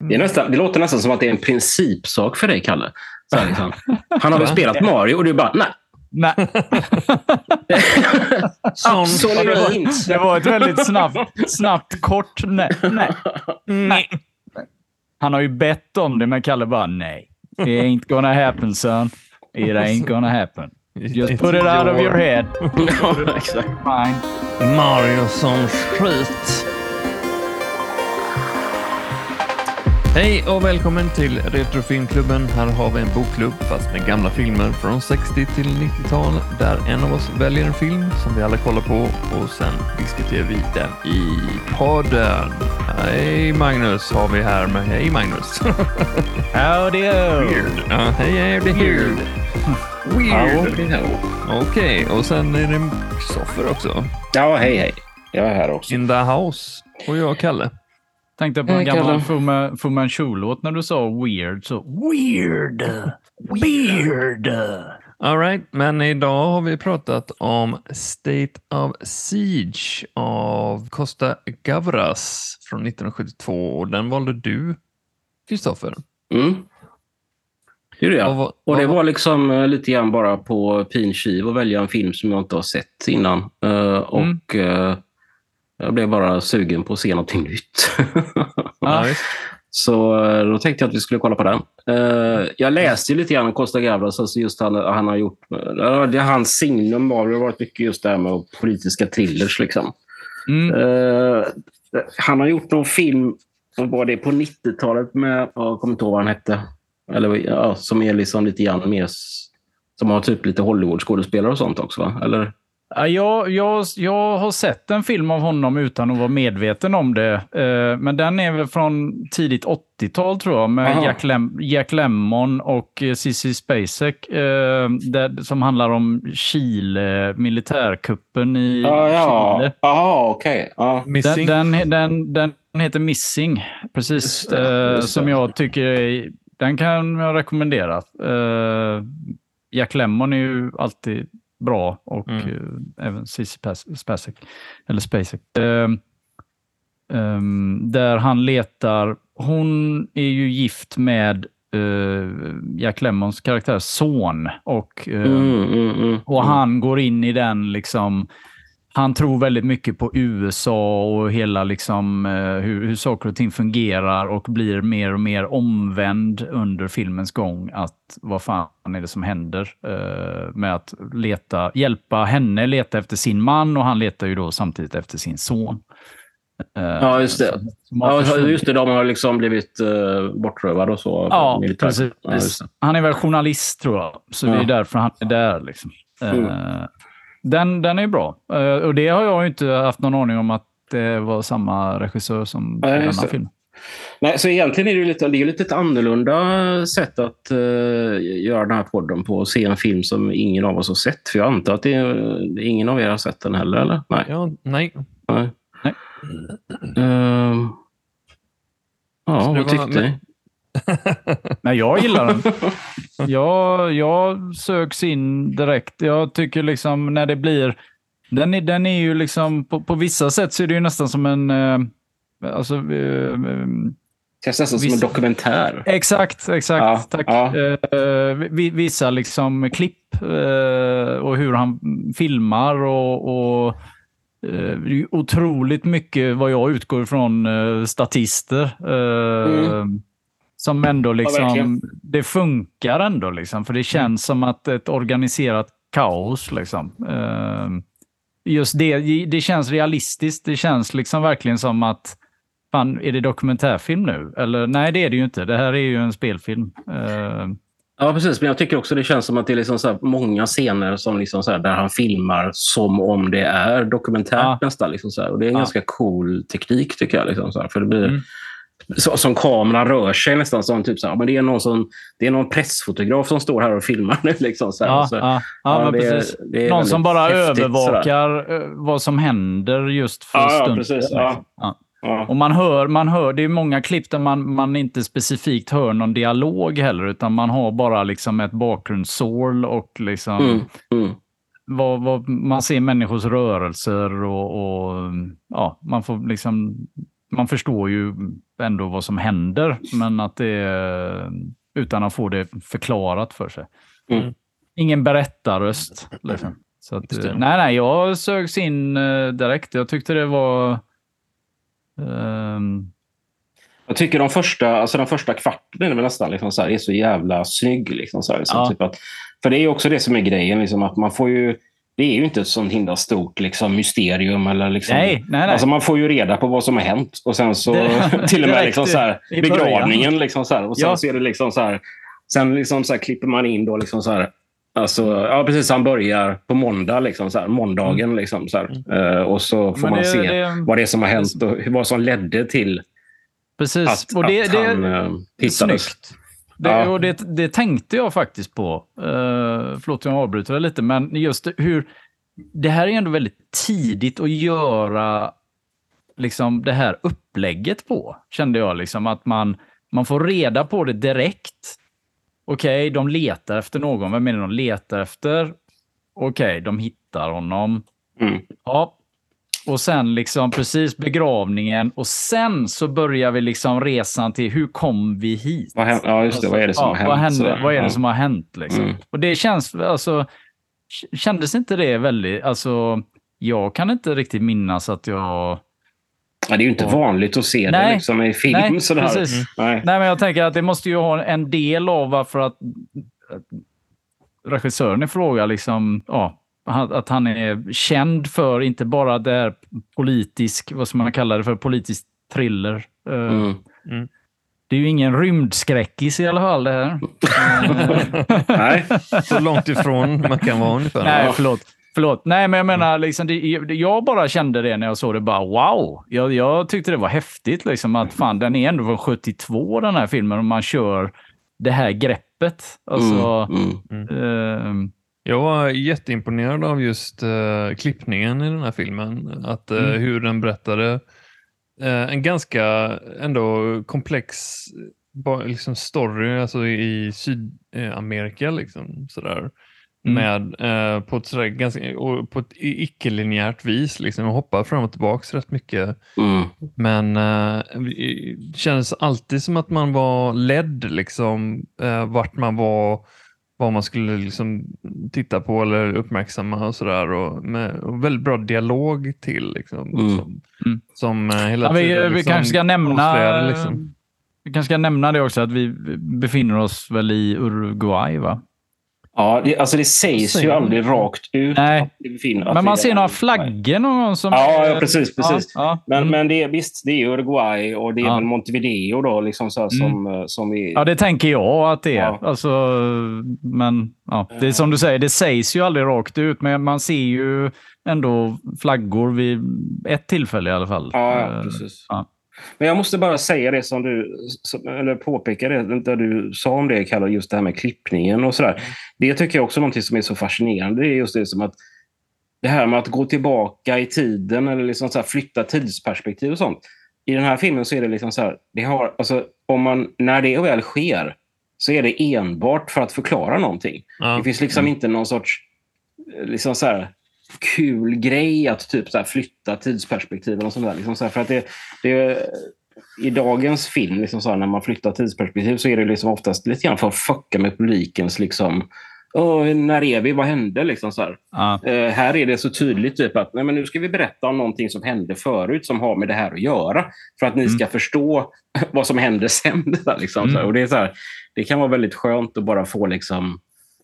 Det låter nästan som att det är en principsak för dig, Kalle. Så här, liksom. Han har väl spelat Mario och du bara, nej. Absolut. Det var ett väldigt snabbt kort nej. Han har ju bett om det, men Kalle bara, nej. It ain't gonna happen, son. It ain't gonna happen. Just put it out of your head. Ja, exakt. Fine. Mario som skit. Hej och välkommen till Retrofilmklubben. Här har vi en bokklubb fast med gamla filmer från 60 till 90-tal där en av oss väljer en film som vi alla kollar på och sen diskuterar vi den i podden. Hej Magnus har vi här med. Hej Magnus. Howdy. Weird. Ja, hej det Weird. Weird. Okej, och sen är det Kristoffer också. Ja, hej. Jag är här också. In the house. Och jag Kalle. Tänkte på en gammal Fu Manchu-låt när du sa weird. Så weird. All right, men idag har vi pratat om State of Siege av Costa Gavras från 1972 och den valde du, Kristoffer. Det är det. Och det var liksom lite grann bara på pin kiv att välja en film som jag inte har sett innan. Jag blev bara sugen på att se någonting nytt. Så då tänkte jag att vi skulle kolla på den. Jag läste ju lite grann om Costa Gavras, alltså just han har gjort, det är hans signum har varit mycket just det här med politiska thrillers liksom. Han har gjort någon film, vad var det på 90-talet med, jag kommer inte ihåg vad han hette, eller ja, som är liksom lite grann mer, som har typ lite Hollywood-skådespelare och sånt också, va? Eller? Jag har sett en film av honom utan att vara medveten om det. Men den är väl från tidigt 80-tal tror jag. Med Jack Lemmon och Sissy Spacek. Som handlar om Chile, militärkuppen i Chile. Okej. Missing. Den heter Missing. Precis. Just det. Som jag tycker den kan jag rekommendera. Jack Lemmon är ju alltid bra och även Sissy Spacek eller Spacek där han letar, hon är ju gift med Jack Lemmons karaktär son och han går in i den liksom, han tror väldigt mycket på USA och hela liksom hur saker och ting fungerar och blir mer och mer omvänd under filmens gång att vad fan är det som händer med att hjälpa henne leta efter sin man och han letar ju då samtidigt efter sin son. Ja, just det. Just det, de har liksom blivit bortrövade och så. Ja, precis. Ja, han är väl journalist tror jag, så det är därför han är där liksom. Den är bra. Och det har jag ju inte haft någon aning om att det var samma regissör som denna film. Nej, så egentligen är det ju lite ett annorlunda sätt att göra den här podden på. Att se en film som ingen av oss har sett. För jag antar att ingen av er har sett den heller, eller? Nej. Ja, nej. Vad tyckte ni? Nej, jag gillar den. Jag söks in direkt. Jag tycker liksom när det blir... Den är ju liksom... På vissa sätt så är det ju nästan som en... känns nästan som en dokumentär. Exakt. Ja, tack. Ja. Vissa liksom klipp och hur han filmar och otroligt mycket vad jag utgår ifrån statister. Som ändå liksom, det funkar ändå liksom, för det känns som att ett organiserat kaos liksom. Just det känns realistiskt, det känns liksom verkligen som att fan, är det dokumentärfilm nu? Eller nej, det är det ju inte, det här är ju en spelfilm. Ja, precis, men jag tycker också det känns som att det är liksom så här många scener som liksom så här, där han filmar som om det är dokumentärt nästan liksom så här. Och det är en ganska cool teknik tycker jag liksom så här, för det blir som kameran rör sig nästan som typ så här, men det är någon pressfotograf som står här och filmar nu liksom så här. Men precis. Det är någon som bara häftigt, övervakar vad som händer just för stunden. Precis. Och man hör, det är många klipp där man inte specifikt hör någon dialog heller, utan man har bara liksom ett bakgrundssål och liksom vad man ser människors rörelser och man får liksom, man förstår ju ändå vad som händer, men att det utan att få det förklarat för sig. Ingen berättarröst liksom. Så att, nej, jag sögs in direkt. Jag tyckte det var jag tycker den första kvarten är nästan liksom så här, är så jävla snygg liksom så här, liksom, typ att, för det är ju också det som är grejen liksom, att man får ju, det är ju inte ett sånt himla stort liksom mysterium eller liksom, nej. Alltså man får ju reda på vad som har hänt och sen så till och med liksom så här, begravningen liksom så här, och sen så är det liksom så här, sen liksom så här klipper man in då liksom så här, alltså precis, han börjar på måndag liksom så här, måndagen liksom så här, och så får man se vad det är som har hänt och vad som ledde till precis. Och det hittades. Och det tänkte jag faktiskt på. Förlåt, jag avbryter det lite. Men just hur... Det här är ändå väldigt tidigt att göra liksom, det här upplägget på. Kände jag. Liksom, att man får reda på det direkt. Okej, de letar efter någon. Vem är det de letar efter? Okej, de hittar honom. Ja. Och sen liksom precis begravningen. Och sen så börjar vi liksom resan till hur kom vi hit? Ja, just det. Vad är det som har hänt? Vad är det som har hänt liksom? Och det känns, alltså, kändes inte det väldigt, alltså, jag kan inte riktigt minnas att jag... Ja, det är ju inte vanligt att se det liksom i film. Nej, sådär. Precis. Nej, men jag tänker att det måste ju ha en del av varför att regissören i fråga liksom, att han är känd för inte bara det här politisk, vad ska man kalla det för, politisk thriller. Det är ju ingen rymdskräckis i alla fall det här. Nej, så långt ifrån man kan vara ungefär. Nej, förlåt. Nej, men jag menar, liksom, jag bara kände det när jag såg det, bara wow. Jag tyckte det var häftigt liksom, att fan, den är ändå från 72 den här filmen, och man kör det här greppet. Alltså... Jag var jätteimponerad av just klippningen i den här filmen. Att hur den berättade en ganska ändå komplex liksom story, alltså i Sydamerika liksom sådär. Med på ett sådär ganska, och på ett icke-linjärt vis liksom, och hoppar fram och tillbaka rätt mycket. Men det kändes alltid som att man var ledd liksom, vart man var, vad man skulle liksom titta på eller uppmärksamma och sådär, och väldigt bra dialog till liksom, som hela tiden vi liksom, kanske ska nämna liksom. Vi kanske ska nämna det också, att vi befinner oss väl i Uruguay, va? Ja, det sägs ju aldrig rakt ut. Nej. Men man ser några flaggor någon som... Ja, precis. Ja. Men det är visst, det är Uruguay och det är väl Montevideo då liksom så här, som är... Ja, det tänker jag att det är. Ja. Alltså, men det är som du säger, det sägs ju aldrig rakt ut, men man ser ju ändå flaggor vid ett tillfälle i alla fall. Ja, precis. Ja. Men jag måste bara säga det som du, eller påpeka det där du sa om det, Kalle, just det här med klippningen och sådär. Det tycker jag också är något som är så fascinerande. Det är just det som att det här med att gå tillbaka i tiden eller liksom så här flytta tidsperspektiv och sånt. I den här filmen så är det liksom så här, det har, alltså, när det väl sker så är det enbart för att förklara någonting. Det finns liksom inte någon sorts liksom så här kul grej att typ så här flytta tidsperspektiven och sånt där liksom så här, för att det i dagens film liksom så här, när man flyttar tidsperspektiv så är det liksom oftast lite grann för att fucka med publikens liksom, när är vi, vad hände liksom så här. Här är det så tydligt typ att nej, men nu ska vi berätta om någonting som hände förut som har med det här att göra för att ni ska förstå vad som hände sen där, liksom, så här. Och det är så här, det kan vara väldigt skönt att bara få liksom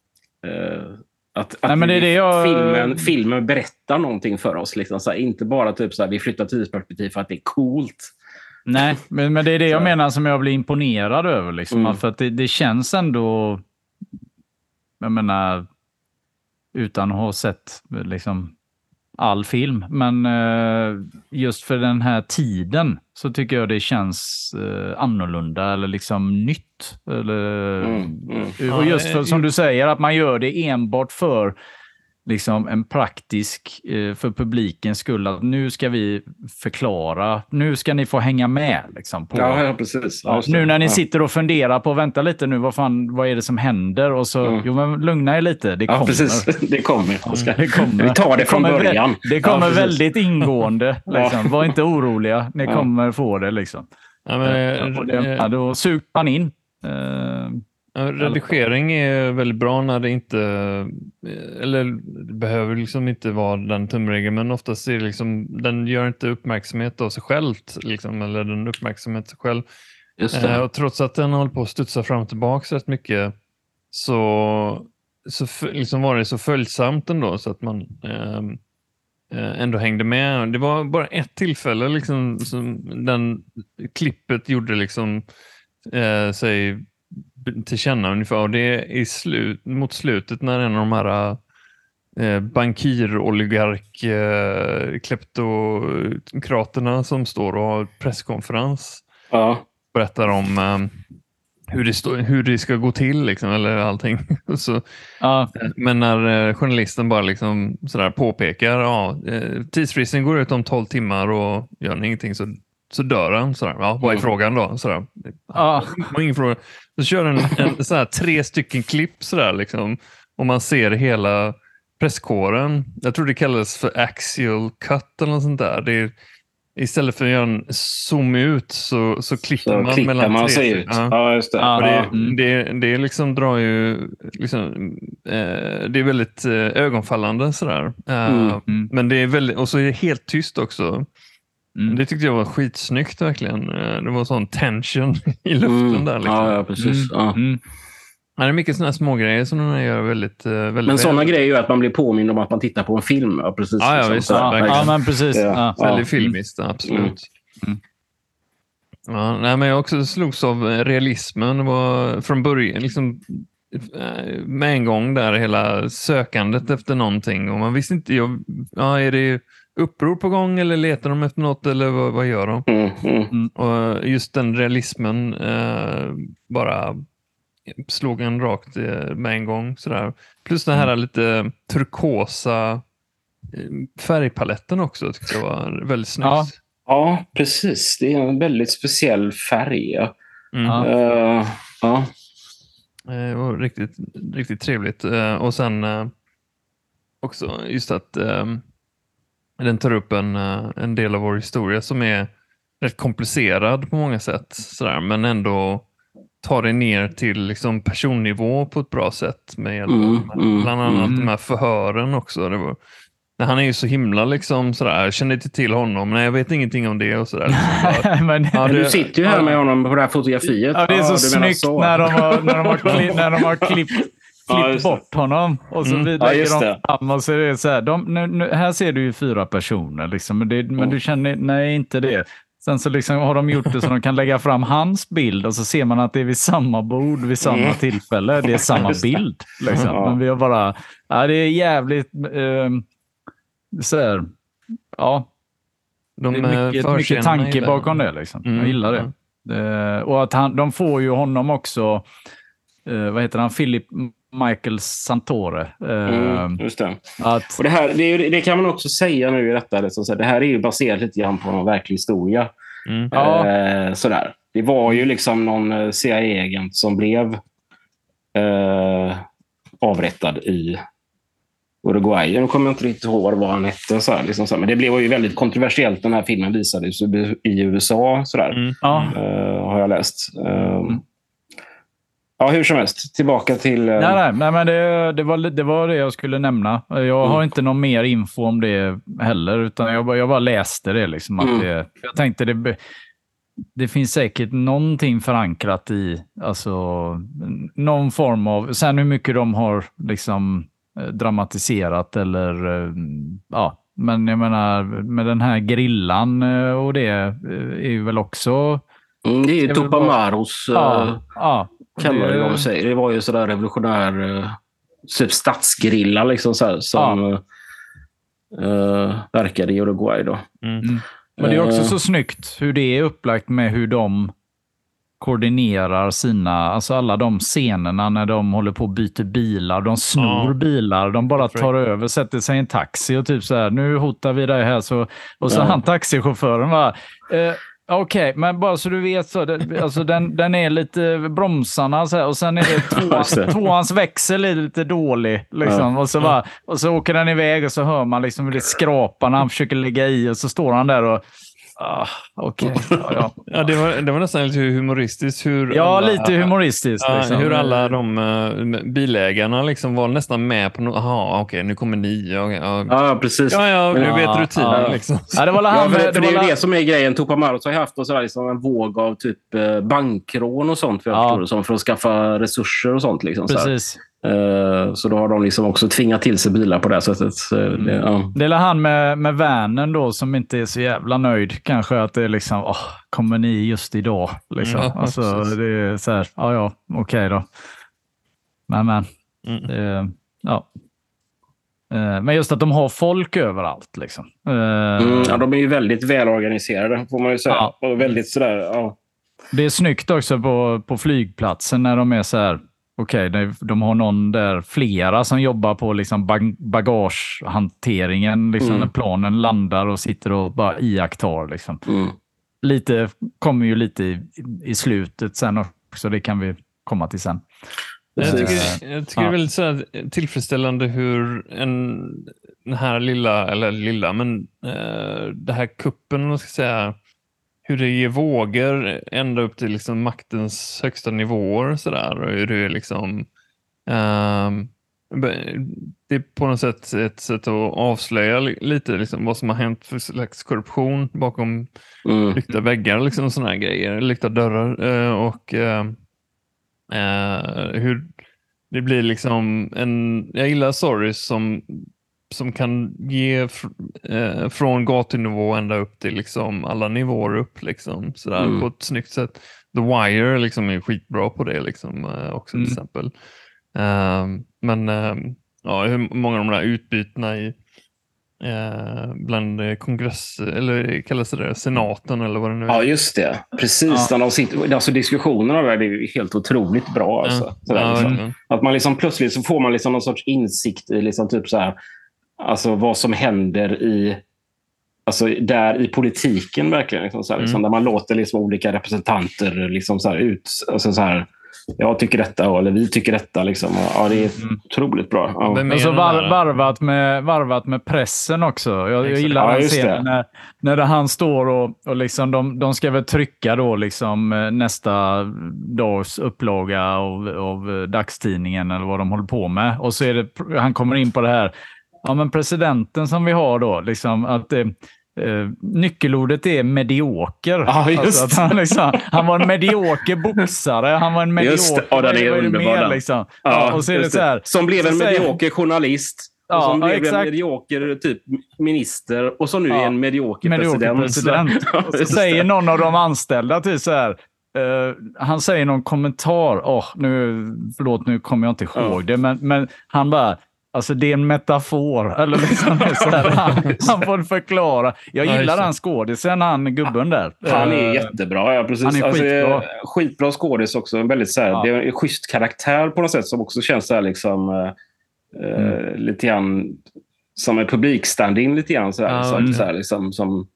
att nej, men filmen berättar någonting för oss. Liksom, så här, inte bara typ så här, vi flyttar tidsperspektiv för att det är coolt. Nej, men det är det jag menar som jag blir imponerad över. Liksom, för att det känns ändå, jag menar, utan att ha sett liksom, all film. Men just för den här tiden så tycker jag det känns annorlunda eller liksom nytt. Eller, och just för, som du säger, att man gör det enbart för liksom en praktisk, för publikens skull, att nu ska vi förklara, nu ska ni få hänga med liksom, på, precis. nu när ni sitter och funderar på, vänta lite nu, vad är det som händer, och så, jo men lugna er lite, det kommer. Precis, det kommer. Det kommer. Vi tar det från början. Det kommer väldigt ingående, liksom. Var inte oroliga, ni kommer få det liksom. Då suger man in. Redigering är väldigt bra när det inte, eller det behöver liksom inte vara den tumregeln, men oftast är det liksom, den gör inte uppmärksamhet av sig själv liksom, eller den uppmärksamhet sig själv. Just det. Och trots att den håller på att studsa fram och tillbaka rätt mycket så liksom var det så följsamt ändå så att man ändå hängde med. Det var bara ett tillfälle liksom, som den klippet gjorde liksom sig till känna ungefär, och det är mot slutet när en av de här bankir-oligark kleptokraterna som står och har presskonferens berättar om hur det ska gå till liksom, eller allting. Så, men när journalisten bara liksom sådär påpekar tidsfristen går ut om 12 timmar och gör ingenting så dör han. Sådär. Vad är frågan då? Sådär. Ingen fråga. Så kör en sådär 3 stycken klipp sådär liksom, och man ser hela presskåren. Jag tror det kallas för axial cut eller något sånt där. Det är, istället för att göra en zoom ut så klipper man mellan man sig ut. Ja, just det. Det liksom drar ju liksom, det är väldigt ögonfallande sådär. Men det är väldigt, och så är det helt tyst också. Det tyckte jag var skitsnyggt verkligen. Det var sån tension i luften där. Liksom. Ja, precis. Det är mycket sådana små grejer som de gör väldigt men sådana grejer är ju att man blir påmind om att man tittar på en film. Ja, precis. Visst. Men precis. Väldigt filmiskt, absolut. Men jag också slogs av realismen. Det var från början liksom, med en gång där hela sökandet efter någonting. Och man visste inte, är det uppror på gång eller letar de efter något eller vad gör de? Och just den realismen bara slog en rakt med en gång. Sådär. Plus den här lite turkosa färgpaletten också tyckte jag var väldigt snyggt. Ja, precis. Det är en väldigt speciell färg. Det var riktigt, riktigt trevligt. Och sen också just att den tar upp en del av vår historia som är rätt komplicerad på många sätt. Sådär, men ändå tar det ner till liksom personnivå på ett bra sätt. Med hjälp bland annat de här förhören också. Han är ju så himla liksom sådär, jag känner inte till honom, nej jag vet ingenting om det och sådär. Liksom. Men du sitter ju här med honom på det här fotografiet. Ja, det är så snyggt när de har klippt bort honom och så vidare. Och så är det så här, här ser du ju 4 personer liksom, men du känner, nej inte det. Sen så liksom har de gjort det så de kan lägga fram hans bild och så ser man att det är vid samma bord, vid samma tillfälle. Det är samma bild. Liksom. Men vi har bara, det är jävligt så här, det är mycket tanke bakom det. Liksom. Jag gillar det. Och att de får ju honom också, vad heter han? Philip Michael Santore. Just det. Och det kan man också säga nu i detta. Liksom, det här är ju baserat lite grann på en verklig historia. Sådär. Det var ju liksom någon CIA-agent som blev avrättad i Uruguay. Nu kommer jag inte riktigt ihåg vad han hette. Så. Men det blev ju väldigt kontroversiellt. Den här filmen visades i USA. Har jag läst. Hur som helst. Tillbaka till... Nej, men det var det jag skulle nämna. Jag har inte någon mer info om det heller. Utan jag bara läste det. Liksom, att jag tänkte det finns säkert någonting förankrat i någon form av... Sen hur mycket de har liksom dramatiserat eller... men jag menar med den här grillan och det är ju väl också... det är ju Tupamaros... kallar det vad man säger. Det var ju sådär revolutionär typ stadsgrilla liksom som verkade i Uruguay då. Men det är också så snyggt hur det är upplagt med hur de koordinerar alla de scenerna när de håller på att byta bilar, de snor bilar, de bara tar över, sätter sig i en taxi och typ så här, nu hotar vi dig här och så han taxichauffören var Okej, men bara så du vet så, den är lite bromsarna så här, och sen är det tvåans växel är lite dålig liksom, och så åker den iväg och så hör man liksom lite skrapa när han försöker lägga i och så står han där och Okej. Ja, det var nästan lite humoristiskt. Lite humoristiskt. Liksom. Hur alla de bilägarna liksom var nästan med på något. Jaha, okej, nu kommer ni. Ja, precis. Ja, nu vet rutinen. Liksom. Ja, det var ju det som är grejen. Tupamaros har ju haft liksom en våg av typ bankrån och sånt för att skaffa resurser och sånt. Liksom, precis. Så då har de liksom också tvingat till sig bilar på det sättet. Det är han med vanen då som inte är så jävla nöjd. Kanske att det är liksom, kommer ni just idag? Liksom. Det är så här, okej då. Men. Men just att de har folk överallt. Liksom. De är ju väldigt välorganiserade, får man ju säga. Och väldigt sådär, Det är snyggt också på flygplatsen när de är så här. Okej, de har någon där, flera som jobbar på liksom bagagehanteringen liksom, när planen landar och sitter och bara iakttar. Liksom. Lite kommer ju lite i slutet sen också, det kan vi komma till sen. Jag tycker det är väldigt så här tillfredsställande hur den här det här kuppen, man ska säga, hur det ger vågor ända upp till liksom maktens högsta nivåer så där, och hur det är liksom det är på något sätt ett sätt att avslöja lite liksom vad som har hänt för slags korruption bakom lyckta väggar liksom, såna här grejer, lyckta dörrar och hur det blir liksom jag gillar stories som kan ge från gatunivå ända upp till liksom alla nivåer upp liksom, sådär, på ett snyggt sätt. The Wire liksom är skitbra på det liksom, också till exempel. Hur många av de där utbytena bland kongress, eller kallas det senaten eller vad det nu är. Ja, just det. Precis. När de sitter, alltså diskussionerna där, det är helt otroligt bra. Alltså. Liksom. Att man liksom plötsligt så får man liksom någon sorts insikt i liksom typ så här, alltså vad som händer där i politiken verkligen. Liksom, så här, liksom, där man låter liksom olika representanter liksom, så här, ut. Alltså, så här, jag tycker detta, eller vi tycker detta. Liksom. Det är otroligt bra. Ja. Alltså varvat med pressen också. Jag gillar den scenen när han står och liksom, de ska väl trycka då liksom nästa dags upplaga av dagstidningen eller vad de håller på med. Och så är det, han kommer in på det här. Ja, men presidenten som vi har då, liksom att nyckelordet är medioker. Alltså att han var en medioker boxare, han var en medioker. Den är underbar. Liksom. Och så är det så här. Som blev en medioker journalist. Och som blev en medioker typ minister. Och som nu är en medioker president. Och så säger någon av de anställda till så här. Han säger någon kommentar. Nu kommer jag inte ihåg det. Men han bara, alltså det är en metafor. Eller liksom så här, han får förklara. Jag gillar den skådisen, han gubben där. Han är jättebra. Ja, precis. Han är skitbra. Skitbra skådis också. Väldigt så här, det är en schysst karaktär på något sätt som också känns så här, liksom, lite grann som en publikstand-in lite grann. Så här, liksom,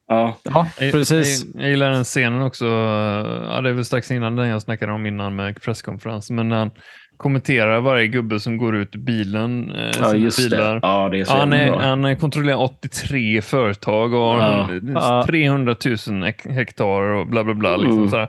precis. Jag gillar den scenen också. Det är väl strax innan den jag snackade om innan med presskonferens. Men när han kommenterar varje gubbe som går ut ur bilen. Bilar. Ja, det är så han kontrollerar 83 företag och har 300 000 hektar och bla bla bla. Liksom,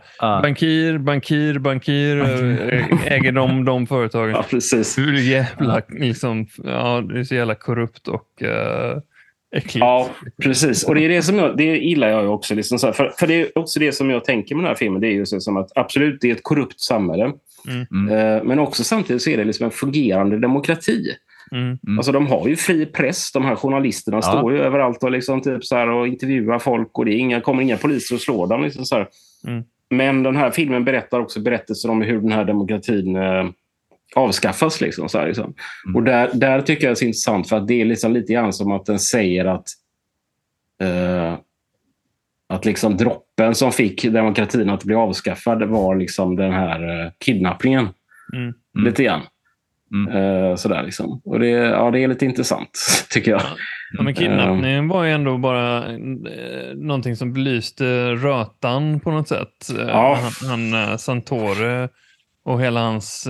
bankir äger de företagen. Ja, precis. Hur jävla liksom, det är så jävla korrupt och äckligt. Ja, precis. Och det är det gillar jag också. Liksom så här, för det är också det som jag tänker med den här filmen. Det är ju så som att absolut, det är ett korrupt samhälle. Men också samtidigt så är det liksom en fungerande demokrati. Alltså de har ju fri press, de här journalisterna står ju överallt och, liksom typ så här, och intervjuar folk, och det kommer inga poliser och slår dem. Liksom så här. Men den här filmen berättar också berättelser om hur den här demokratin avskaffas. Liksom, så här, liksom. Och där tycker jag det är intressant, för att det är liksom lite grann som att den säger att liksom droppen som fick demokratin att bli avskaffad var liksom den här kidnappningen. Lite grann. Sådär liksom. Och det är lite intressant, tycker jag. Ja, men kidnappningen var ju ändå bara någonting som belyste rötan på något sätt. Han Santore och hela hans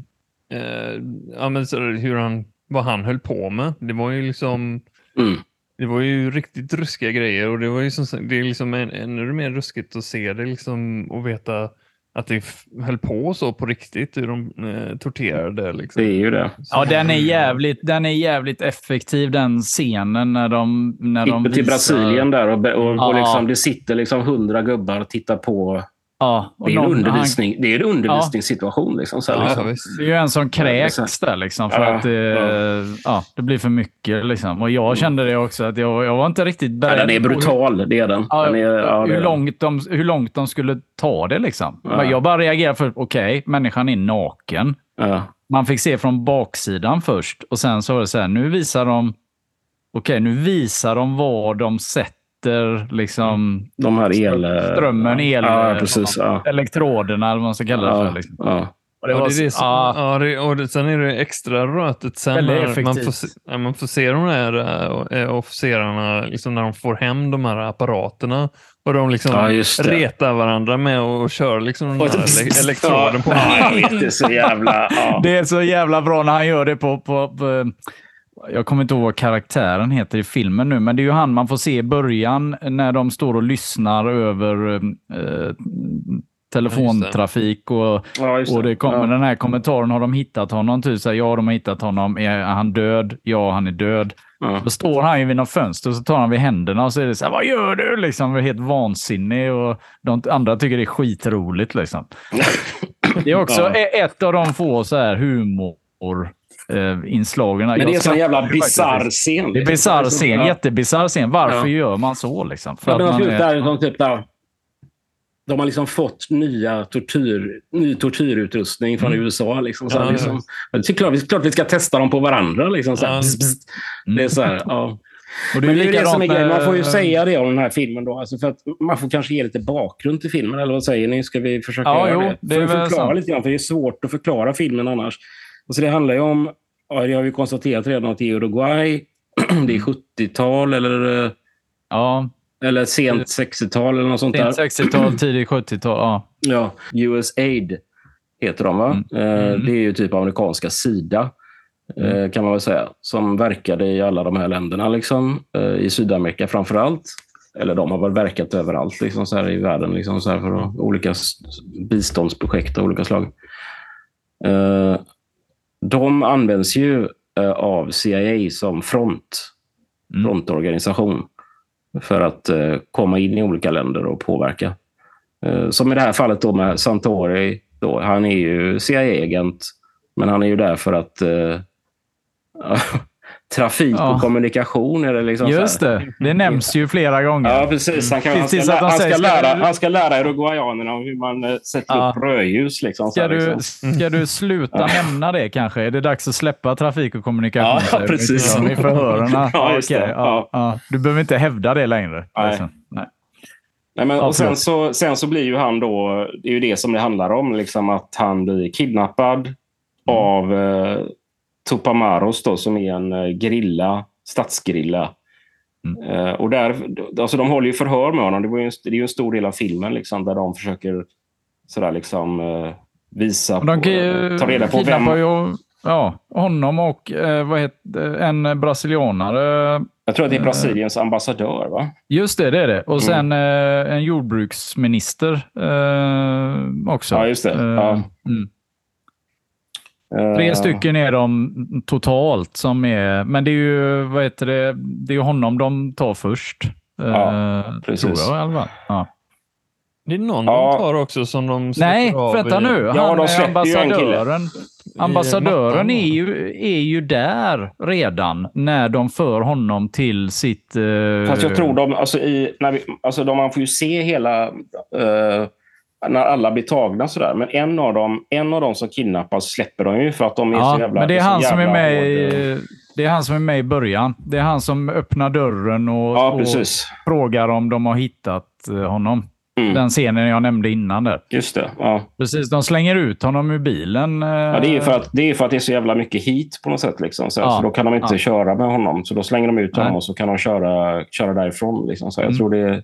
vad han höll på med. Det var ju liksom Det var ju riktigt ruskiga grejer och det var ju det är liksom ännu mer ruskigt att se det liksom och veta att det höll på så på riktigt hur de torterade. Liksom. Det är ju det. Ja, den är jävligt effektiv, den scenen när de visar... till Brasilien där och liksom, det sitter liksom 100 gubbar och tittar på. Ja, och det är en undervisningssituation. Liksom, så liksom. Det är ju en som kräks där liksom, för att det blir för mycket. Liksom. Och jag kände det också, att jag var inte riktigt beredd. Den är brutal, det är den. Hur långt de skulle ta det. Liksom. Jag bara reagerade för, människan är naken. Ja. Man fick se från baksidan först. Och sen så var det så här, nu visar de vad de sätter. Liksom, de här strömmen, precis, elektroderna eller vad man ska kalla det för. Liksom. Och sen är det extra rötet sen när man får se de här officerarna liksom, när de får hem de här apparaterna och de liksom retar varandra med och kör liksom den här elektroden på. Det är så jävla Det är så jävla bra när han gör det på jag kommer inte ihåg vad karaktären heter i filmen nu, men det är ju han man får se i början när de står och lyssnar över telefontrafik och det kommer den här kommentaren, har de hittat honom? Typ så här, ja, de har hittat honom. Är han död? Ja, han är död. Då står han ju vid något fönster och så tar han vid händerna och så är det så här, vad gör du? Liksom, det är helt vansinnig och de andra tycker det är skitroligt. Liksom. Det är också ett av de få så här humor inslagen. Men det är en sån jävla bizarr scen. Det är bizarr scen, jättebizarr scen. Varför gör man så liksom? För att man de har liksom fått ny tortyrutrustning från USA. Liksom, så liksom. Det är klart vi ska testa dem på varandra. Liksom, så här. Det är så här, Och men det är det som är grejen. Man får ju säga det om den här filmen då. Alltså för att man får kanske ge lite bakgrund till filmen. Eller vad säger ni? Ska vi försöka göra det? För att förklara lite grann. För det är svårt att förklara filmen annars. Alltså det handlar ju om, det har vi konstaterat redan, att det är Uruguay. Det är 70-tal eller... Eller sent 60-tal eller något sånt där. Sent 60-tal, tidigt 70-tal, Ja, USAID heter de, va? Det är ju typ amerikanska SIDA, kan man väl säga. Som verkade i alla de här länderna, liksom. I Sydamerika framförallt. Eller de har väl verkat överallt liksom, så här, i världen. Liksom, så här, för olika biståndsprojekt av olika slag. De används ju av CIA som frontorganisation. För att komma in i olika länder och påverka. Som i det här fallet då med Santori. Då, han är ju CIA-agent. Men han är ju där för att trafik och kommunikation är det liksom. Just det nämns ju flera gånger. Ja, precis. Han ska lära uruguayanerna hur man sätter upp rödljus. Liksom, ska du sluta nämna det kanske? Är det dags att släppa trafik och kommunikation? Ja, precis. I förhörarna. Du behöver inte hävda det längre. Nej, men, och sen så blir ju han då, det är ju det som det handlar om, liksom, att han blir kidnappad av Tupamaros då, som är en stadsgrilla. Och där, alltså de håller ju förhör med honom. Det är ju en stor del av filmen liksom, där de försöker sådär liksom visa ta reda på vem... honom och en brasilianare. Jag tror att det är Brasiliens ambassadör, va? Just det är det. Och sen en jordbruksminister också. Ja, just det. 3 stycken är de totalt som är... Men det är ju, det är ju honom de tar först. Precis. Tror jag i alla fall. Ja. Det är någon de tar också som de Nej, vänta nu. Han är ambassadören. Ambassadören är ju där redan när de för honom till sitt... Fast jag tror man får ju se hela... när alla blir tagna sådär. Men en av dem som kidnappas släpper de ju för att de är så jävla... Men det är han som är med det är han som är med i början. Det är han som öppnar dörren och frågar om de har hittat honom. Den scenen jag nämnde innan där. Just det, ja. Precis, de slänger ut honom ur bilen. Ja, det är för att det är så jävla mycket hit på något sätt. Liksom. Så då kan de inte köra med honom. Så då slänger de ut honom och så kan de köra därifrån. Liksom. Så jag tror det...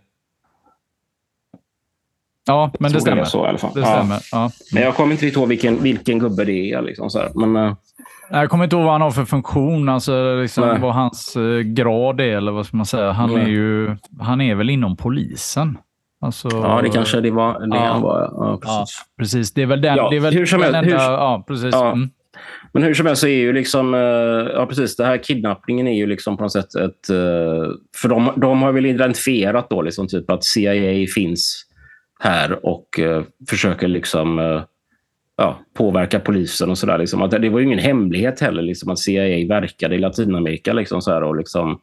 Ja, men det stämmer. Det så, i alla fall. Det stämmer. Ja. Men jag kommer inte riktigt ihåg vilken gubbe det är. Liksom, så här. Men, Jag kommer inte ihåg vad han har för funktion, alltså liksom vad hans grad är, eller vad ska man säga. Han är väl inom polisen. Alltså, ja, det kanske det var det han var. Ja, precis. Ja, precis. Det är väl den, det är väl hur som den helst, enda... Ja, precis. Ja. Mm. Men hur som helst så är ju liksom... Ja, precis. Det här kidnappningen är ju liksom på något sätt ett... För de har väl identifierat då liksom typ att CIA finns här och försöker liksom... påverka polisen och sådär. Liksom. Det var ju ingen hemlighet heller liksom, att CIA verkade i Latinamerika liksom, så här, och liksom...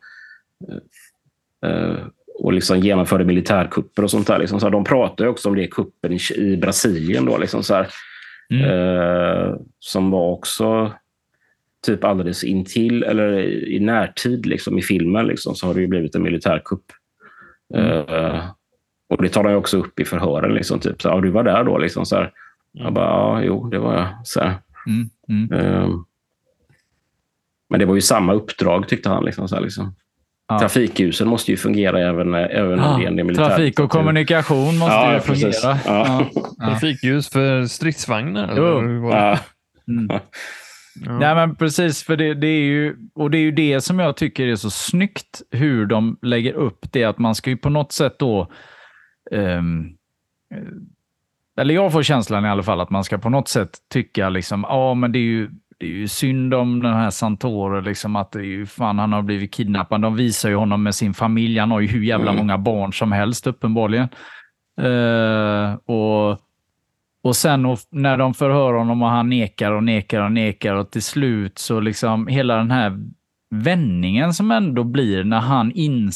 och liksom genomförde militärkupper och sånt där. Liksom. Så här, de pratar ju också om det kuppen i Brasilien då, liksom, så här, som var också typ alldeles intill eller i närtid liksom, i filmen liksom, så har det ju blivit en militärkupp. Och det tar de också upp i förhören liksom, typ, så här, du var där då liksom, så här. Jag bara, jo, det var jag. Så här. Men det var ju samma uppdrag tyckte han liksom, så här, liksom. Ja. Trafikljusen måste ju fungera även om det är militär. Trafik och kommunikation måste ju fungera. Ja. Trafikljus för stridsvagnar? Nej, men precis, för det är ju, och det är ju det som jag tycker är så snyggt hur de lägger upp det, att man ska ju på något sätt då eller jag får känslan i alla fall att man ska på något sätt tycka liksom, men det är ju synd om den här Santoro liksom, att det är ju fan, han har blivit kidnappad. De visar ju honom med sin familj, han har ju hur jävla många barn som helst uppenbarligen. Och sen när de förhör honom och han nekar och till slut så liksom hela den här vändningen som ändå blir när han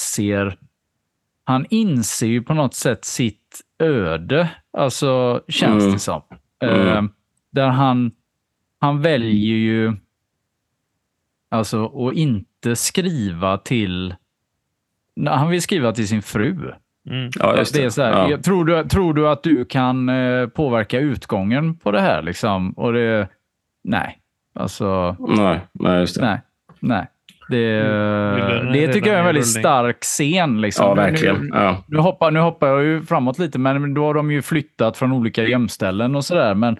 inser ju på något sätt sitt öde, alltså känns det som. Där han väljer ju alltså att inte skriva till... Han vill skriva till sin fru. Ja, just det. Det är så här, tror du att du kan påverka utgången på det här? Liksom? Och det... Nej. Alltså... Nej, just det. Nej. Det tycker jag är en väldigt stark scen. Liksom. Ja, verkligen. Nu hoppar jag ju framåt lite, men då har de ju flyttat från olika gömställen och sådär. Men,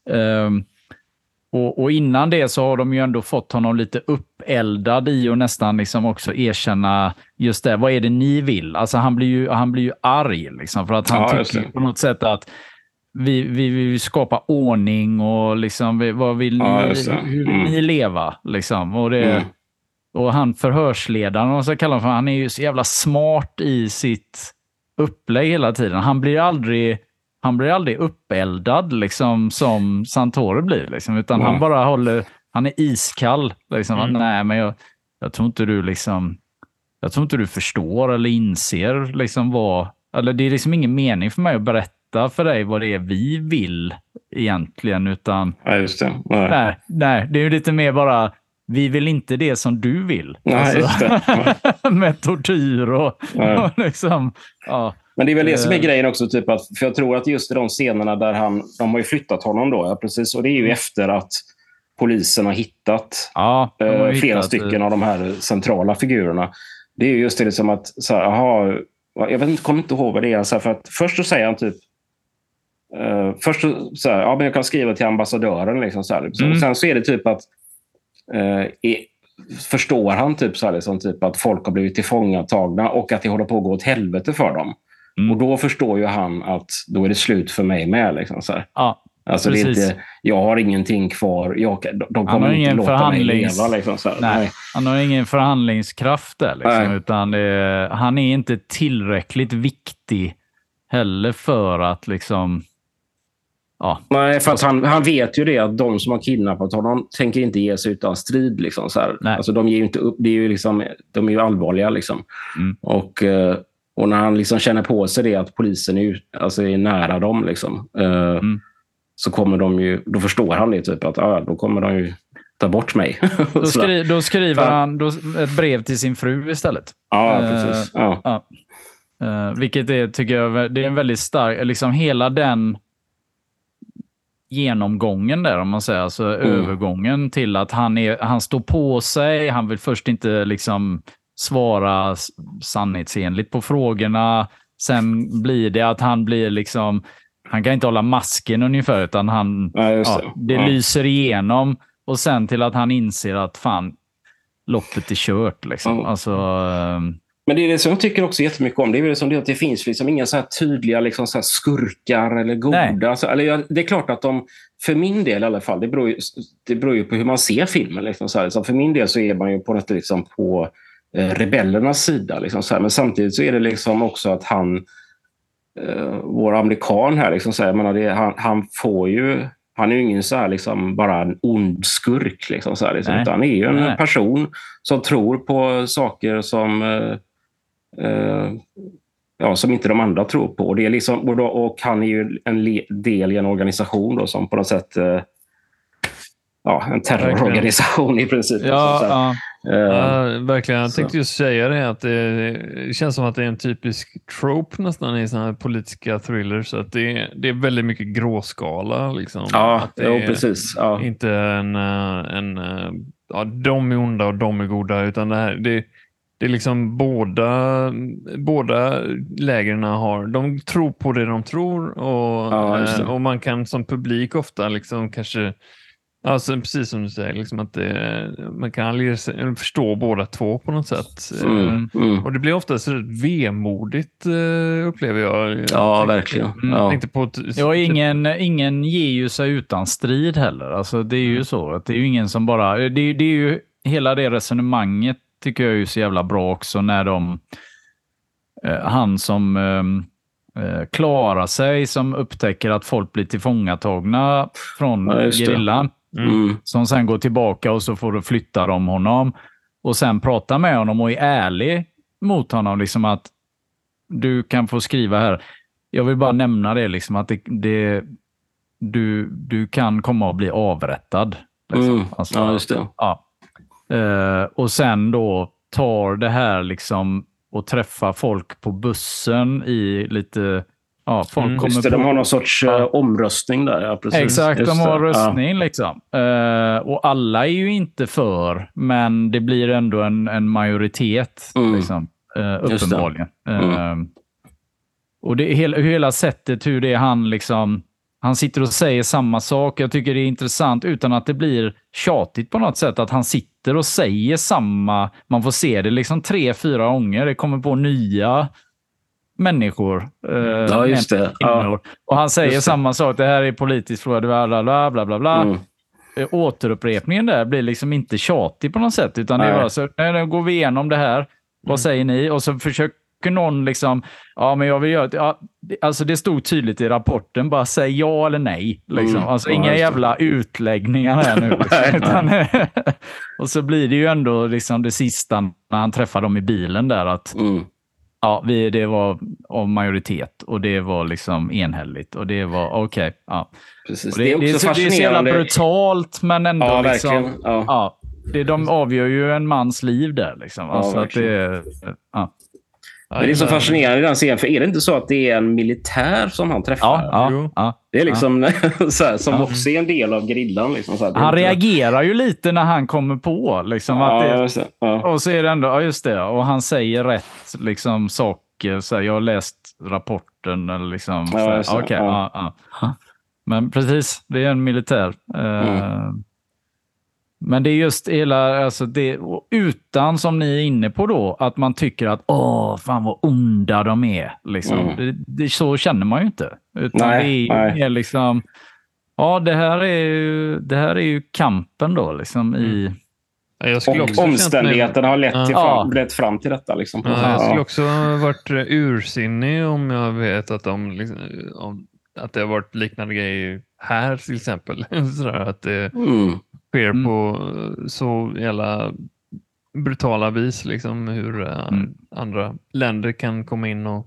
och innan det så har de ju ändå fått honom lite uppeldad i och nästan liksom också erkänna just det. Vad är det ni vill? Alltså han blir ju arg liksom, för att han tycker på något sätt att vi vill skapa ordning och liksom, vad vill ni, hur vill ni leva? Liksom. Och det... Och han förhörsledaren, och så kallar han är ju så jävla smart i sitt upplägg hela tiden. Han blir aldrig uppeldad liksom, som Santoro blir. Liksom, utan han bara han är iskall. Liksom. Nej, men jag tror inte du liksom... Jag tror inte du förstår eller inser liksom vad... Eller det är liksom ingen mening för mig att berätta för dig vad det är vi vill egentligen, utan... Ja, just det. Nej, det är ju lite mer bara... Vi vill inte det som du vill. Nej, alltså, just det. Med tortyr och liksom... Ja. Men det är väl det som är grejen också, typ att, för jag tror att just i de scenerna där de har ju flyttat honom då, precis, och det är ju efter att polisen har hittat flera stycken av de här centrala figurerna. Det är ju just det som att så här, jag kommer inte ihåg vad det är, så här, för att först så säger han typ så här, men jag kan skriva till ambassadören liksom, så här, liksom. Och sen så är det typ att förstår han typ så här, liksom, typ att folk har blivit tillfångatagna och att det håller på att gå åt helvete för dem. Och då förstår ju han att då är det slut för mig med liksom, så här. Ja, alltså det är inte, jag har ingenting kvar, de kommer inte låta mig leva liksom, så här. Nej. Han har ingen förhandlingskraft där liksom, utan han är inte tillräckligt viktig heller för att liksom... Ja. Nej, för att han vet ju det att de som har kidnappat honom tänker inte ge sig utan strid. Liksom, så här. Alltså, de ger ju inte upp. Det är ju liksom, de är ju allvarliga. Liksom. Och när han liksom känner på sig det att polisen är nära dem. Liksom, så kommer de ju... Då förstår han det typ att då kommer de ju ta bort mig. Då skriver han ett brev till sin fru istället. Ja, precis. Vilket tycker jag det är en väldigt stark... Liksom hela den... genomgången där, om man säger, alltså övergången till att han står på sig, han vill först inte liksom svara sanningsenligt på frågorna, sen blir det att han blir liksom, han kan inte hålla masken ungefär, utan det lyser igenom, och sen till att han inser att fan, loppet är kört. Liksom. Alltså, men det är det som jag tycker också jättemycket om. Det är väl som det att det finns liksom inga så här tydliga liksom så här skurkar eller goda. Alltså, eller det är klart att för min del i alla fall, det beror ju på hur man ser filmen. Liksom, så här. Så för min del så är man ju på något liksom på rebellernas sida. Liksom, så här. Men samtidigt så är det liksom också att vår amerikan här, liksom, så här, han är ju ingen så här, liksom, bara en ond skurk. Liksom, så här, liksom, utan han är ju en person som tror på saker som inte de andra tror på. Och, det är liksom, och han är ju en del i en organisation då, som på något sätt en terrororganisation i princip. Verkligen. Jag tänkte just säga det, att det känns som att det är en typisk trope nästan i sådana här politiska thrillers, så att det är väldigt mycket gråskala. Liksom. Att det precis. Inte de är onda och de är goda, utan det är liksom båda lägren de tror på det de tror, och man kan som publik ofta liksom kanske, alltså precis som du säger, liksom att man kan förstå båda två på något sätt. Och det blir ofta så vemodigt, upplever jag. Ja, verkligen. Ingen ger ju sig utan strid heller. Alltså, det är ju så att det är ju ingen som bara... Det är ju hela det resonemanget tycker jag är ju så jävla bra också, när han som klarar sig, som upptäcker att folk blir tillfångatagna från gerillan. Som sen går tillbaka och så får du flytta dem honom och sen prata med honom och är ärlig mot honom, liksom att du kan få skriva här. Jag vill bara nämna det, liksom att du kan komma och bli avrättad. Liksom. Alltså, ja, just det. Ja. Och sen då tar det här liksom och träffar folk på bussen i lite... Ja, folk kommer de har någon sorts omröstning där. Ja, precis. Exakt, de har röstning liksom. Och alla är ju inte för, men det blir ändå en majoritet liksom, uppenbarligen. Och det hela sättet hur det är han liksom... Han sitter och säger samma sak. Jag tycker det är intressant utan att det blir tjatigt på något sätt. Att han sitter och säger samma... Man får se det liksom 3-4 gånger. Det kommer på nya människor. Ja, just det. Ja. Och han säger samma sak. Det här är politiskt fråga. Bla, bla, bla, bla. Återupprepningen där blir liksom inte tjatig på något sätt. Utan det är bara så... Nu går vi igenom det här. Vad säger ni? Och så försöker någon liksom, men jag vill göra det. Alltså det stod tydligt i rapporten, bara säg ja eller nej. Liksom. Alltså inga jävla utläggningar här nu. Liksom. Utan, och så blir det ju ändå liksom det sista när han träffar dem i bilen där att det var av majoritet och det var liksom enhälligt och det var okej. Ja. Precis. Det är så jävla brutalt, men ändå liksom, de avgör ju en mans liv där liksom. Alltså att det Men det är så fascinerande i den scenen, för är det inte så att det är en militär som han träffar? Ja. Det är liksom så här, som också är en del av grillan. Liksom, så här, han reagerar ju lite när han kommer på. Liksom, och så är det ändå, just det. Och han säger rätt liksom, saker. Så här, jag har läst rapporten. Eller liksom, men precis, det är en militär. Men det är just hela, alltså det, utan som ni är inne på då, att man tycker att fan vad onda de är. Liksom. Så känner man ju inte. Utan det är liksom, det här är ju kampen då liksom i... Omständigheterna har lett fram till detta. Liksom. Jag skulle också ha varit ursinnig om jag vet att att det har varit liknande grejer här till exempel. Sådär, att det sker på så jävla brutala vis, liksom, hur andra länder kan komma in och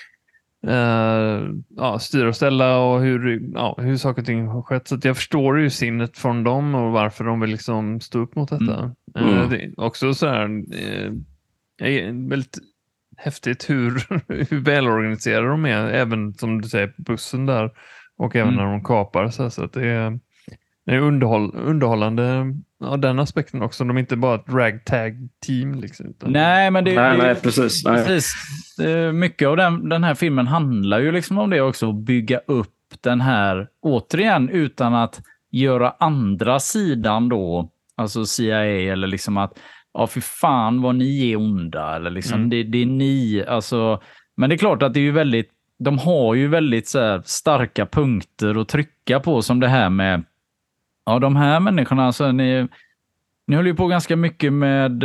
styra och ställa och hur saker och ting har skett. Så att jag förstår ju sinnet från dem och varför de vill liksom stå upp mot detta. Det är också så här väldigt häftigt hur välorganiserade de är, även som du säger på bussen där och även när de kapar så att det är underhållande av den aspekten också. De är inte bara ett ragtag-team. Liksom, utan... Nej, men precis. Mycket av den här filmen handlar ju liksom om det också. Att bygga upp den här, återigen, utan att göra andra sidan då, alltså CIA, eller liksom att för fan vad ni är onda, eller liksom det är ni, alltså, men det är klart att det är ju väldigt, de har ju väldigt så här starka punkter att trycka på, som det här med de här människorna, alltså ni håller ju på ganska mycket med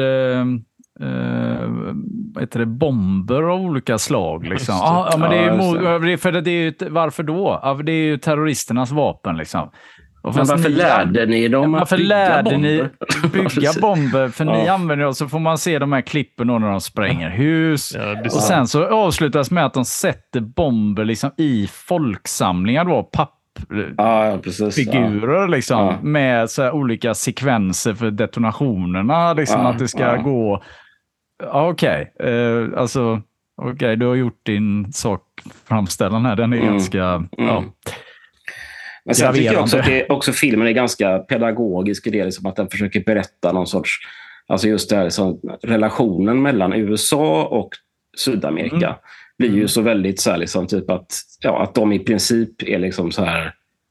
bomber av olika slag liksom. Men det är ju för det är ju, varför då? Ja, det är ju terroristernas vapen liksom. Men varför lärde ni dem att bygga bomber? För ni använder, och så får man se de här klippen när de spränger hus. Och sen så avslutas med att de sätter bomber liksom i folksamlingar då, figurer liksom, med så här olika sekvenser för detonationerna liksom, att det ska gå okej, du har gjort din sak framställan här, den är ganska men sen tycker jag också att filmen är ganska pedagogisk i det, liksom, att den försöker berätta någon sorts, alltså just det här, liksom, relationen mellan USA och Sydamerika blir ju så väldigt så här, liksom, typ att de i princip är liksom så här,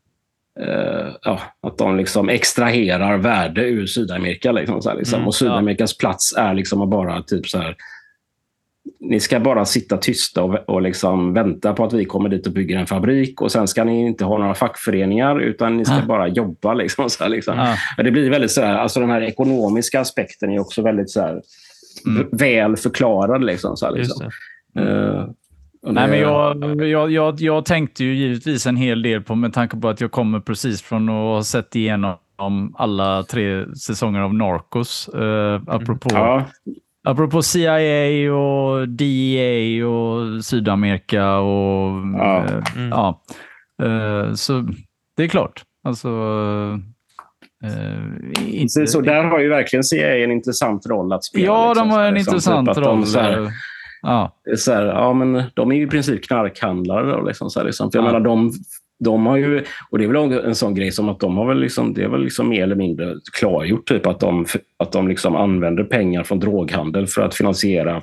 att de liksom extraherar värde ur Sydamerika liksom, så här, liksom. Och Sydamerikas plats är liksom att bara typ så här, ni ska bara sitta tysta och liksom vänta på att vi kommer dit och bygger en fabrik, och sen ska ni inte ha några fackföreningar, utan ni ska bara jobba liksom, så här, liksom. Det blir väldigt så här, alltså den här ekonomiska aspekten är också väldigt så här väl förklarad liksom, så här, liksom. Nej, men jag tänkte ju givetvis en hel del på, med tanke på att jag kommer precis från att ha sett igenom alla 3 säsonger av Narcos, apropå CIA och DEA och Sydamerika och så det är klart. Alltså inte så där har ju verkligen CIA en intressant roll att spela. Ja, liksom, de har en intressant roll. Så här, men de är ju i princip knarkhandlare då, liksom, så här, liksom. För jag menar, de har ju, och det är väl en sån grej som att de har väl liksom, det är väl liksom mer eller mindre klargjort typ att de liksom använder pengar från droghandel för att finansiera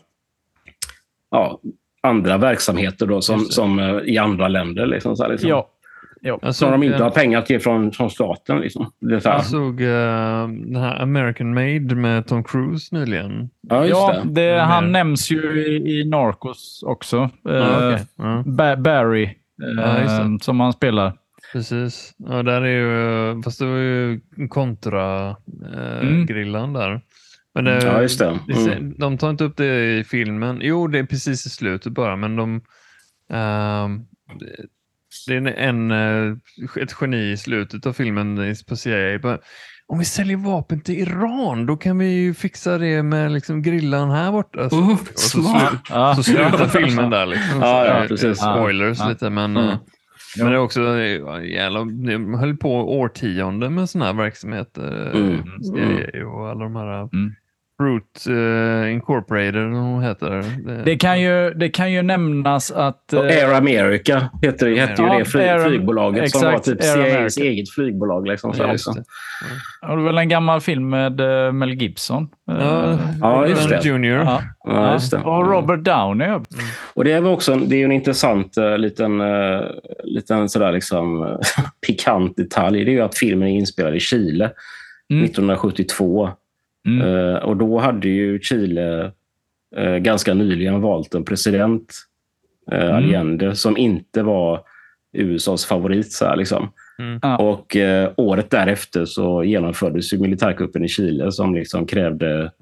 andra verksamheter då, som i andra länder liksom, så här, liksom. Så de inte har pengar till från staten liksom. Jag såg den här American Made med Tom Cruise nyligen. Han nämns ju i Narcos också. Barry som han spelar. Precis. Ja, där är ju, fast det var ju kontra grillan där. Men de tar inte upp det i filmen. Jo, det är precis i slutet bara, men det är ett geni i slutet av filmen på CIA. Om vi säljer vapen till Iran, då kan vi ju fixa det med liksom grillan här borta. Så slutar filmen där. Liksom. Precis. Spoilers lite, men det är också de höll på årtionde med såna här verksamheter. CIA och alla de här Fruit Incorporated, vad heter det? Det kan ju nämnas att Air America hette ju det flygbolaget, exakt, som var typ CIAs eget flygbolag liksom, så liksom. Det var väl en gammal film med Mel Gibson. Just det. Junior. Just det. Och Robert Downey. Och det är väl också, det är ju en intressant liten sådär liksom pikant detalj. Det är ju att filmen är inspelad i Chile 1972. Och då hade ju Chile ganska nyligen valt en president, Allende, som inte var USAs favorit så här, liksom. Och året därefter så genomfördes ju militärkuppen i Chile som liksom krävde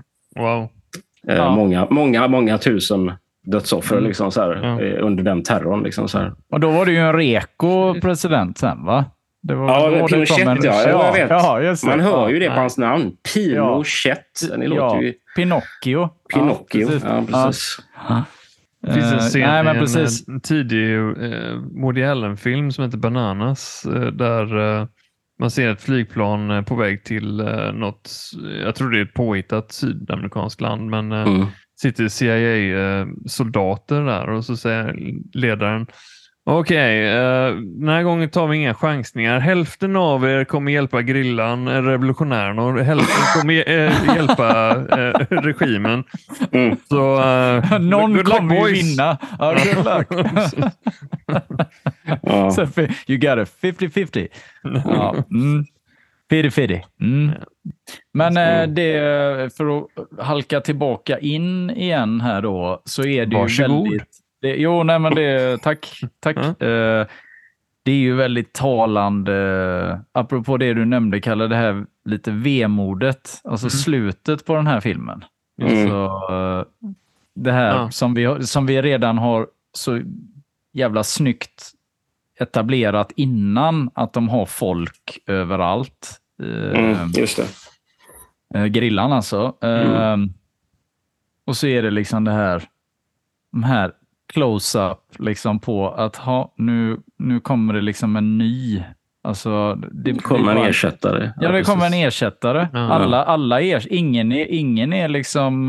många tusen dödsoffer liksom, så här, under den terrorn liksom, så här. Och då var det ju en reko-president sen, va? Det var Pinochet, jag vet. Just det. Man hör ju det på hans namn. Pinochet. Pinocchio. Precis. Det finns en scen, en tidig Woody Allen-film som heter Bananas, där man ser ett flygplan på väg till något, jag tror det är ett påhittat sydamerikanskt land, men sitter CIA-soldater där, och så säger ledaren: Okej, den här gången tar vi inga chansningar. Hälften av er kommer hjälpa grillan, revolutionärerna, och hälften kommer hjälpa regimen. Så någon kommer ju vinna. Good luck. So you got a 50-50. Fiddy. Men det, för att halka tillbaka in igen här då, så är det Varsågod. ju väldigt... tack. Det är ju väldigt talande, apropå det du nämnde, Kalle, det här lite vemodet, alltså slutet på den här filmen. Så, det här som vi redan har så jävla snyggt etablerat innan, att de har folk överallt. Just det. Grillan alltså. Och så är det liksom de här close-up liksom på att nu kommer det liksom en ny, alltså det kommer en ersättare. Ja, det kommer en ersättare. Alla ingen är liksom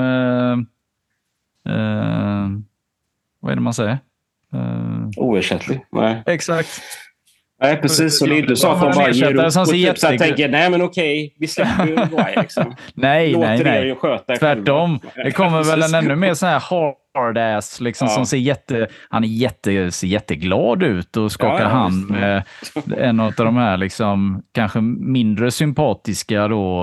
vad är det man säger? Oersättlig. Nej. Exakt. Nej, precis. Så det är inte så att de bara ger upp och typ så tänker, nej men okej, vi släpper ju Why liksom. Nej. Sköta tvärtom. Det kommer väl en ännu mer sån här hard-ass liksom, som ser jätteglad ut och skakar hand med en av de här liksom, kanske mindre sympatiska då,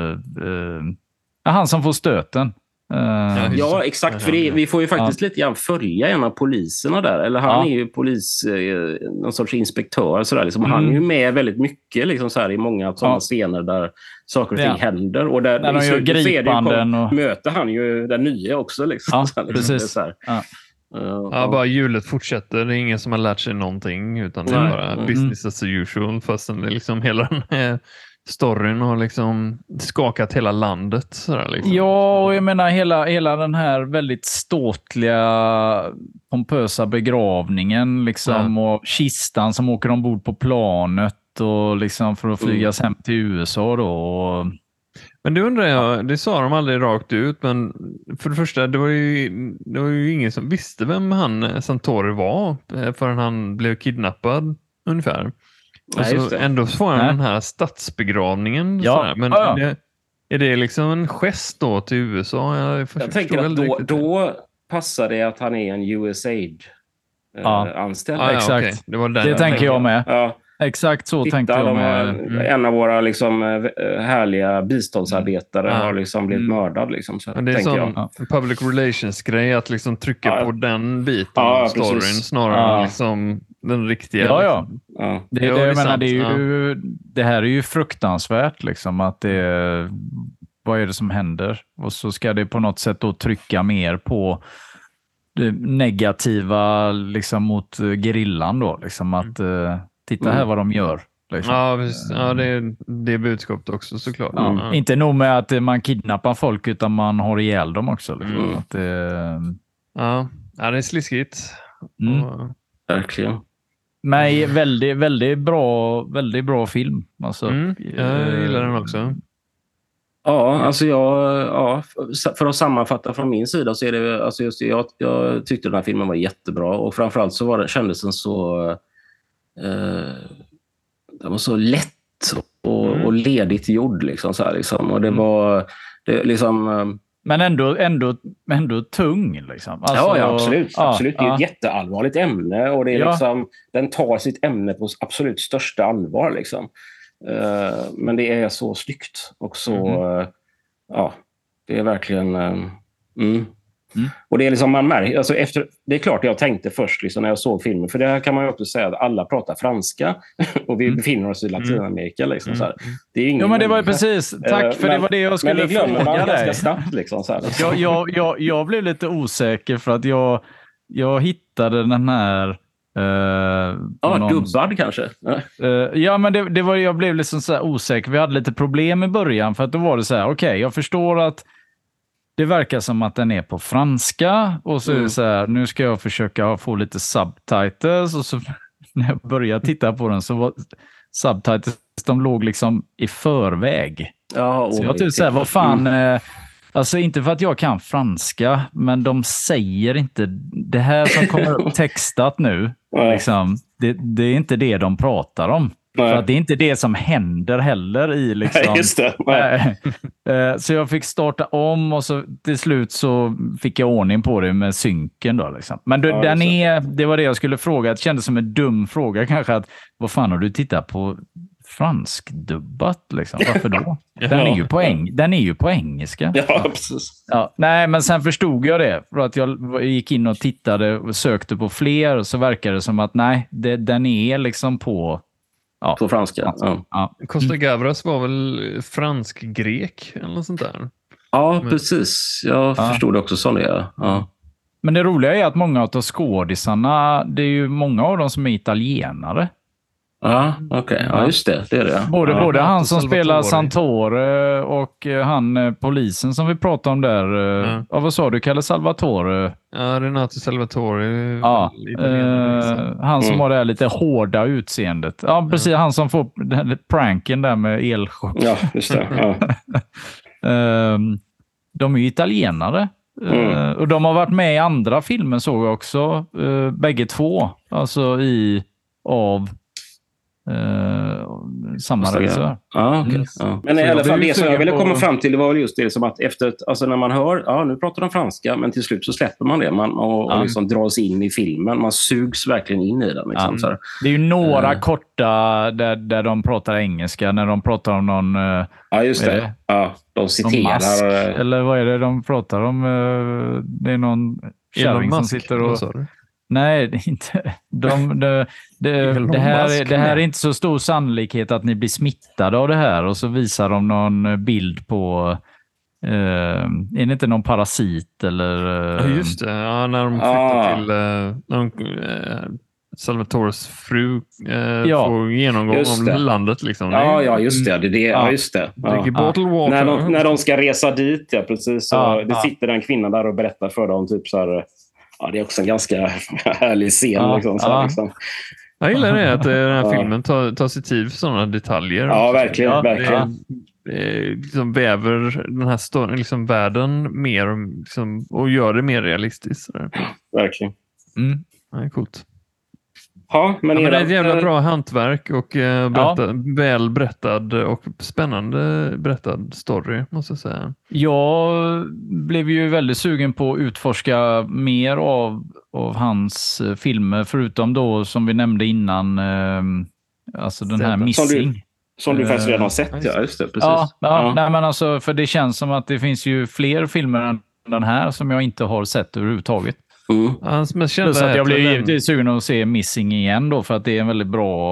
han som får stöten. Ja, exakt. För vi får ju faktiskt lite grann följa en av poliserna där. Eller han är ju någon sorts inspektör. Så där, liksom. Han är ju med väldigt mycket liksom, så här, i många sådana scener där saker och ting händer. Och där när de gör gripanden. Möter han ju den nya också. Liksom, ja, precis. Så här. Bara hjulet fortsätter. Det är ingen som har lärt sig någonting. Utan det är bara business as usual. Fast det är liksom hela den här storyn har liksom skakat hela landet. Sådär, liksom. Ja, och jag menar hela den här väldigt ståtliga, pompösa begravningen liksom, och kistan som åker ombord på planet och liksom för att flygas hem till USA då. Men det undrar jag, det sa de aldrig rakt ut, men för det första, det var ju ingen som visste vem han Santori var förrän han blev kidnappad ungefär. Och så ändå får han den här statsbegravningen. Ja. Men är det liksom en gest då till USA? Jag tänker att då passar det att han är en USAID-anställd. Exakt. Okay. Det var den det tänker jag med. Ja. Exakt så tänkte jag med. En av våra liksom, härliga biståndsarbetare har liksom blivit mördad. Liksom, så men det är en sån public relations-grej att liksom trycka på den biten av storyn snarare än liksom den riktiga. Ja. Det här är ju fruktansvärt liksom, att vad är det som händer? Och så ska det på något sätt då trycka mer på det negativa liksom, mot gerillan då. Liksom, att titta här vad de gör. Liksom. Ja, det är budskapet också såklart. Ja. Inte nog med att man kidnappar folk, utan man har ihjäl dem också. Liksom. Att, det är sliskigt. Verkligen. Men väldigt bra film. Alltså, jag gillar den också. Ja, alltså för att sammanfatta från min sida så är det, alltså just jag tyckte den här filmen var jättebra, och framförallt så kändes den så den var så lätt och ledigt gjord liksom, så här, liksom. Och det var liksom men ändå tung liksom. Alltså, absolut. Det är ett jätteallvarligt ämne, och det är liksom, den tar sitt ämne på absolut största allvar liksom. Men det är så snyggt och så det är verkligen och det är liksom man märker, alltså det är klart jag tänkte först liksom, när jag såg filmen, för det här kan man ju också säga att alla pratar franska och vi befinner oss i Latinamerika liksom, så här. Det är ingen men det var ju precis, tack för det var det jag skulle fråga dig. Ganska snabbt liksom, så här. Jag blev lite osäker för att jag hittade den här dubbad kanske. Men det var, jag blev liksom så här osäker. Vi hade lite problem i början, för att då var det så här, okej, jag förstår att det verkar som att den är på franska, och så är det så här, nu ska jag försöka få lite subtitles, och så när jag började titta på den så var subtitles, de låg liksom i förväg. Så jag tyckte så här, vad fan, alltså inte för att jag kan franska, men de säger inte det här som kommer upp textat nu. Liksom, det är inte det de pratar om. För att det är inte det som händer heller i liksom. Just det. Så jag fick starta om, och så till slut så fick jag ordning på det med synken då liksom. Men det var det jag skulle fråga. Det kändes som en dum fråga kanske, att vad fan har du tittat på franskdubbat liksom. Varför då? Den är ju på engelska. Ja, precis. Ja, nej, men sen förstod jag det. För att jag gick in och tittade och sökte på fler, så verkar det som att nej, den är liksom på... Ja, på franska. Ja. Costa Gavras var väl fransk-grek eller något sånt där? Ja, precis. Jag förstod det också som det. Ja. Men det roliga är att många av skådisarna, det är ju många av dem som är italienare. Ja, okej. Ja, just det. Det är det. Både han som spelar Santore och han polisen som vi pratade om där. Ja, vad sa du? Kalle Salvatore? Ja, Renato Salvatore. Ja, han som har det här lite hårda utseendet. Ja, precis. Han som får den pranken där med elchock. Ja, just det. Ja. De är ju italienare. Och de har varit med i andra filmer, såg jag också. Bägge två. Alltså av samma regissör. Ja, okay. Men i alla fall det som jag ville komma fram till, det var väl just det som att efter, alltså när man hör, nu pratar de franska, men till slut så släpper man det och liksom dras in i filmen. Man sugs verkligen in i den. Liksom, så här. Det är ju några korta där de pratar engelska, när de pratar om någon... Ja, just det. Ja, de citerar... Mask, eller vad är det de pratar om? Det är någon kärring som sitter och... Nej, det är inte. Det här är inte så stor sannolikhet att ni blir smittade av det här. Och så visar de någon bild på... är det inte någon parasit eller... Ja, just det. Ja, när de flyttar till... Salvatores fru får genomgång om landet. Liksom. Ja, just det. Just det. När de ska resa dit, ja, precis. Så det sitter en kvinna där och berättar för dem typ så här... Ja, det är också en ganska härlig scen. Liksom. Jag gillar det att den här filmen tar sig tid för sådana detaljer. Ja, verkligen. Liksom väver den här liksom världen mer liksom, och gör det mer realistiskt. Verkligen. Det är coolt. Ja, men det är ett jävla bra hantverk och väl berättad och spännande berättad story, måste jag säga. Jag blev ju väldigt sugen på att utforska mer av hans filmer, förutom då som vi nämnde innan, alltså den här Missing. Som du faktiskt redan har sett, ja, just det, precis. Nej, men alltså, för det känns som att det finns ju fler filmer än den här som jag inte har sett överhuvudtaget. Plus att jag blev givetvis sugen att se Missing igen då, för att det är en väldigt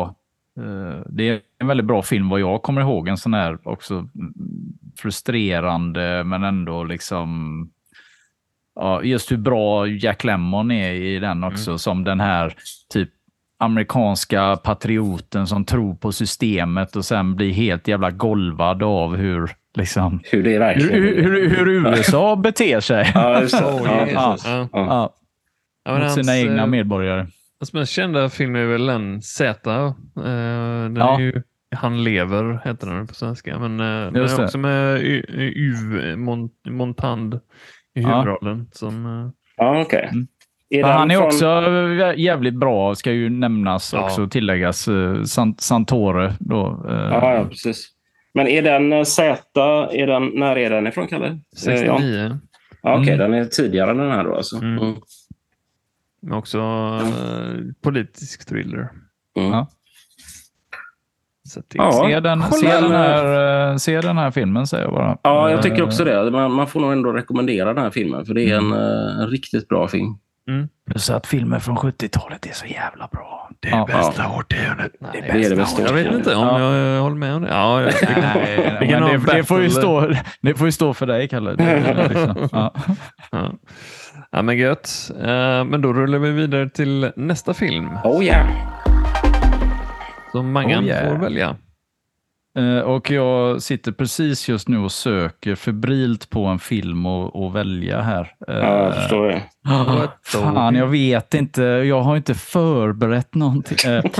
bra film vad jag kommer ihåg. En sån här också frustrerande men ändå liksom just hur bra Jack Lemmon är i den också, som den här typ amerikanska patrioten som tror på systemet och sen blir helt jävla golvad av hur det är verkligen. Hur USA beter sig. Ja, just det. Mot sina egna medborgare. Hans mest kända film är väl en Z. Den är ju Han lever, heter den på svenska. Men den är också med Yves Montand i huvudrollen. Okej. Han är också jävligt bra, ska ju nämnas också, tilläggas. Santore då. Ja, precis. Men är den Z, när är den ifrån, Kalle? 69. Okej, den är tidigare än den här då alltså. Men också politisk thriller. Se den här filmen, säger jag bara. Ja, jag tycker också det. Man får nog ändå rekommendera den här filmen, för det är en riktigt bra film. Så att filmer från 70-talet är så jävla bra. Det är bästa årtiondet. Det är det bästa. Jag vet inte om jag håller med om det. Det får ju stå för dig, Kalle. Ja, men gött. Men då rullar vi vidare till nästa film. Oh yeah. Som Mangan får välja. Och jag sitter precis just nu och söker febrilt på en film att välja här. Jag förstår det. Fan, jag vet inte. Jag har inte förberett någonting.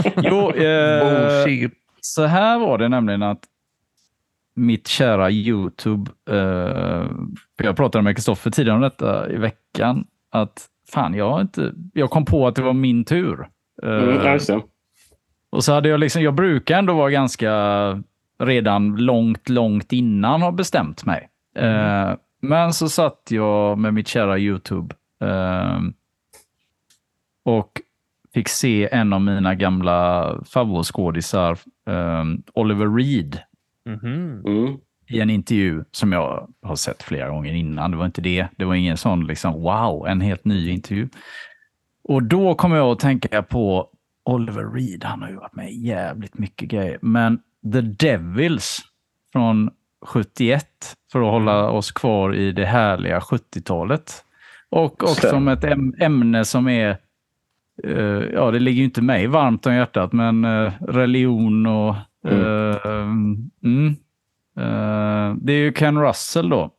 Så här var det nämligen att mitt kära YouTube, för jag pratade med Kristoffer tidigare om detta i veckan, att fan, jag kom på att det var min tur. Och så hade jag brukar ändå vara ganska redan långt innan har bestämt mig. Men så satt jag med mitt kära YouTube och fick se en av mina gamla favoritskådisar, Oliver Reed, i en intervju som jag har sett flera gånger innan. Det var inte det. Det var ingen sån liksom, wow, en helt ny intervju. Och då kommer jag att tänka på Oliver Reed. Han har ju varit med jävligt mycket grejer. Men The Devils från 71, för att hålla oss kvar i det härliga 70-talet. Och också som ett ämne som är, det ligger ju inte mig varmt om hjärtat, men religion och det är ju Ken Russell då.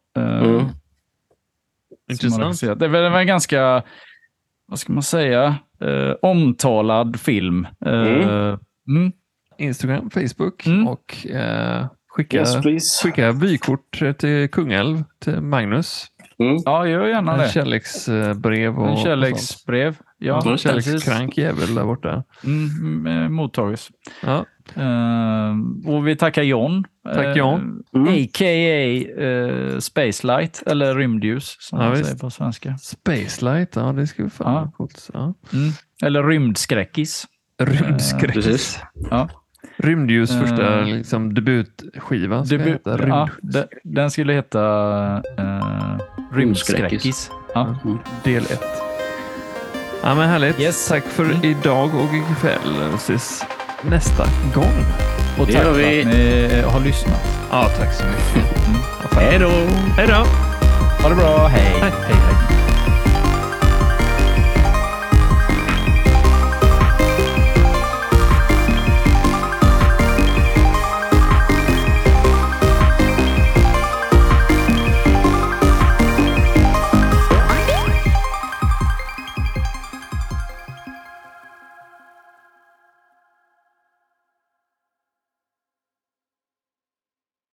Intressant. Det var en ganska, vad ska man säga, omtalad film. Instagram, Facebook och skicka vykort till Kungälv, till Magnus. Ja, gör gärna det. Kärleksbrev och kärleksbrev. Ja, kärlekskrank jävel där borta. Mottages. Ja. Och vi tackar John. Tack John. A.k.a. Spacelight, eller rymdljus som man säger på svenska. Spacelight, ja det ska vi fan coolt. Ja. Eller rymdskräckis. Rymdskräckis. Ja. Rymdljus första liksom, debutskiva. Den skulle heta Rymdskräckis. Ja. Del 1. Ja men härligt. Yes. Tack för idag och ikväll. Ses nästa gång. Och tack för att ni har lyssnat. Ja, tack så mycket. Hej då! Ha det bra. Hej. Hej.